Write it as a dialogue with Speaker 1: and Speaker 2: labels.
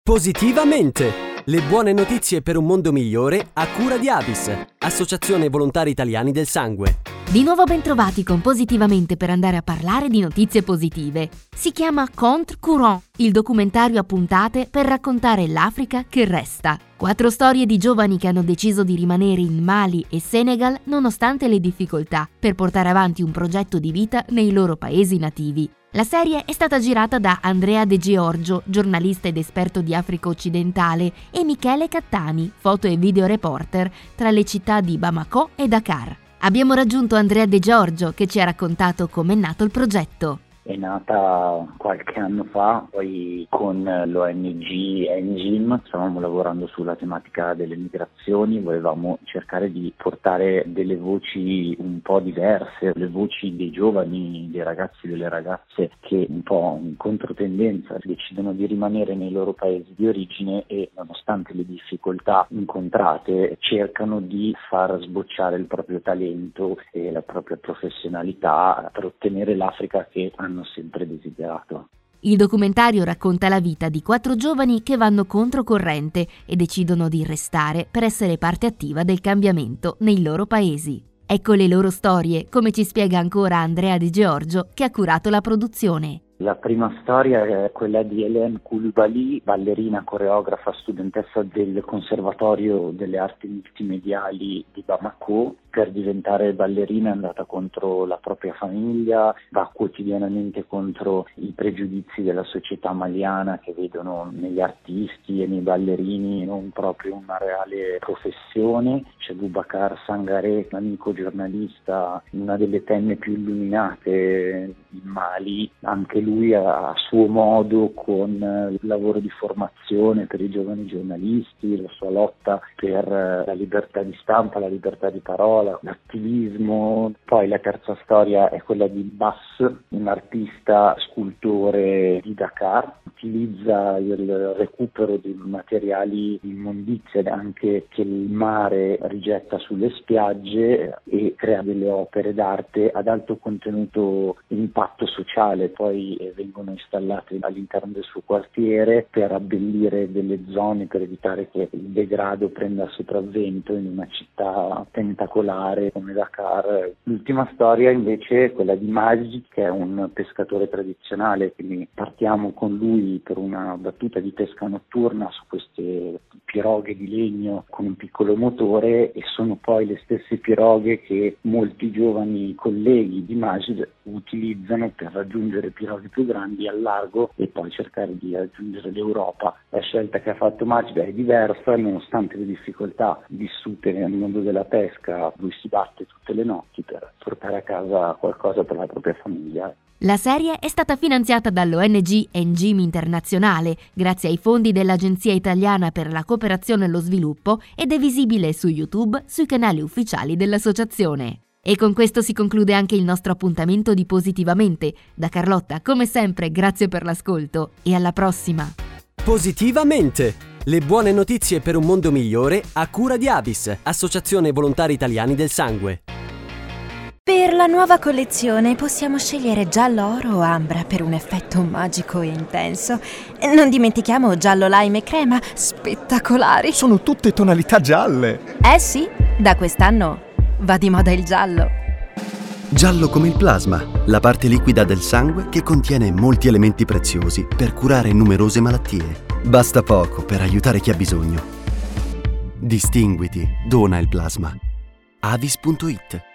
Speaker 1: Positivamente! Le buone notizie per un mondo migliore a cura di Avis, Associazione Volontari Italiani del Sangue.
Speaker 2: Di nuovo bentrovati con Positivamente per andare a parlare di notizie positive. Si chiama Contre-Courant, il documentario a puntate per raccontare l'Africa che resta. 4 storie di giovani che hanno deciso di rimanere in Mali e Senegal nonostante le difficoltà, per portare avanti un progetto di vita nei loro paesi nativi. La serie è stata girata da Andrea De Giorgio, giornalista ed esperto di Africa occidentale, e Michele Cattani, foto e video reporter, tra le città di Bamako e Dakar. Abbiamo raggiunto Andrea De Giorgio, che ci ha raccontato com'è nato il progetto.
Speaker 3: È nata qualche anno fa, poi con l'ONG Engim stavamo lavorando sulla tematica delle migrazioni, volevamo cercare di portare delle voci un po' diverse, le voci dei giovani, dei ragazzi e delle ragazze che un po' in controtendenza decidono di rimanere nei loro paesi di origine e nonostante le difficoltà incontrate cercano di far sbocciare il proprio talento e la propria professionalità per ottenere l'Africa che hanno sempre desiderato.
Speaker 2: Il documentario racconta la vita di 4 giovani che vanno controcorrente e decidono di restare per essere parte attiva del cambiamento nei loro paesi. Ecco le loro storie, come ci spiega ancora Andrea De Giorgio, che ha curato la produzione.
Speaker 3: La prima storia è quella di Hélène Koulibaly, ballerina, coreografa, studentessa del Conservatorio delle Arti Multimediali di Bamako. Per diventare ballerina è andata contro la propria famiglia, va quotidianamente contro i pregiudizi della società maliana che vedono negli artisti e nei ballerini non proprio una reale professione. C'è Boubacar Sangaré, un amico giornalista, una delle tenne più illuminate in Mali, anche lui a suo modo con il lavoro di formazione per i giovani giornalisti, la sua lotta per la libertà di stampa, la libertà di parola, l'attivismo. Poi la terza storia è quella di Bass, un artista scultore di Dakar, utilizza il recupero di materiali di immondizia anche che il mare rigetta sulle spiagge e crea delle opere d'arte ad alto contenuto impatto sociale, poi vengono installate all'interno del suo quartiere per abbellire delle zone, per evitare che il degrado prenda sopravvento in una città tentacolare come Dakar. L'ultima storia invece è quella di Majid, che è un pescatore tradizionale, quindi partiamo con lui per una battuta di pesca notturna su queste piroghe di legno con un piccolo motore, e sono poi le stesse piroghe che molti giovani colleghi di Majid utilizzano per raggiungere piroghe più grandi al largo e poi cercare di raggiungere l'Europa. La scelta che ha fatto Majid è diversa, nonostante le difficoltà vissute nel mondo della pesca, lui si batte tutte le notti per portare a casa qualcosa per la propria famiglia.
Speaker 2: La serie è stata finanziata dall'ONG Engim Internazionale grazie ai fondi dell'Agenzia Italiana per la Cooperazione e lo Sviluppo ed è visibile su YouTube sui canali ufficiali dell'associazione. E con questo si conclude anche il nostro appuntamento di Positivamente. Da Carlotta, come sempre, grazie per l'ascolto e alla prossima!
Speaker 1: Positivamente! Le buone notizie per un mondo migliore a cura di Avis, Associazione Volontari Italiani del Sangue.
Speaker 4: Per la nuova collezione possiamo scegliere giallo oro o ambra per un effetto magico e intenso. Non dimentichiamo giallo lime e crema, spettacolari.
Speaker 5: Sono tutte tonalità gialle.
Speaker 4: Eh sì, da quest'anno va di moda il giallo.
Speaker 6: Giallo come il plasma, la parte liquida del sangue che contiene molti elementi preziosi per curare numerose malattie. Basta poco per aiutare chi ha bisogno. Distinguiti, dona il plasma. Avis.it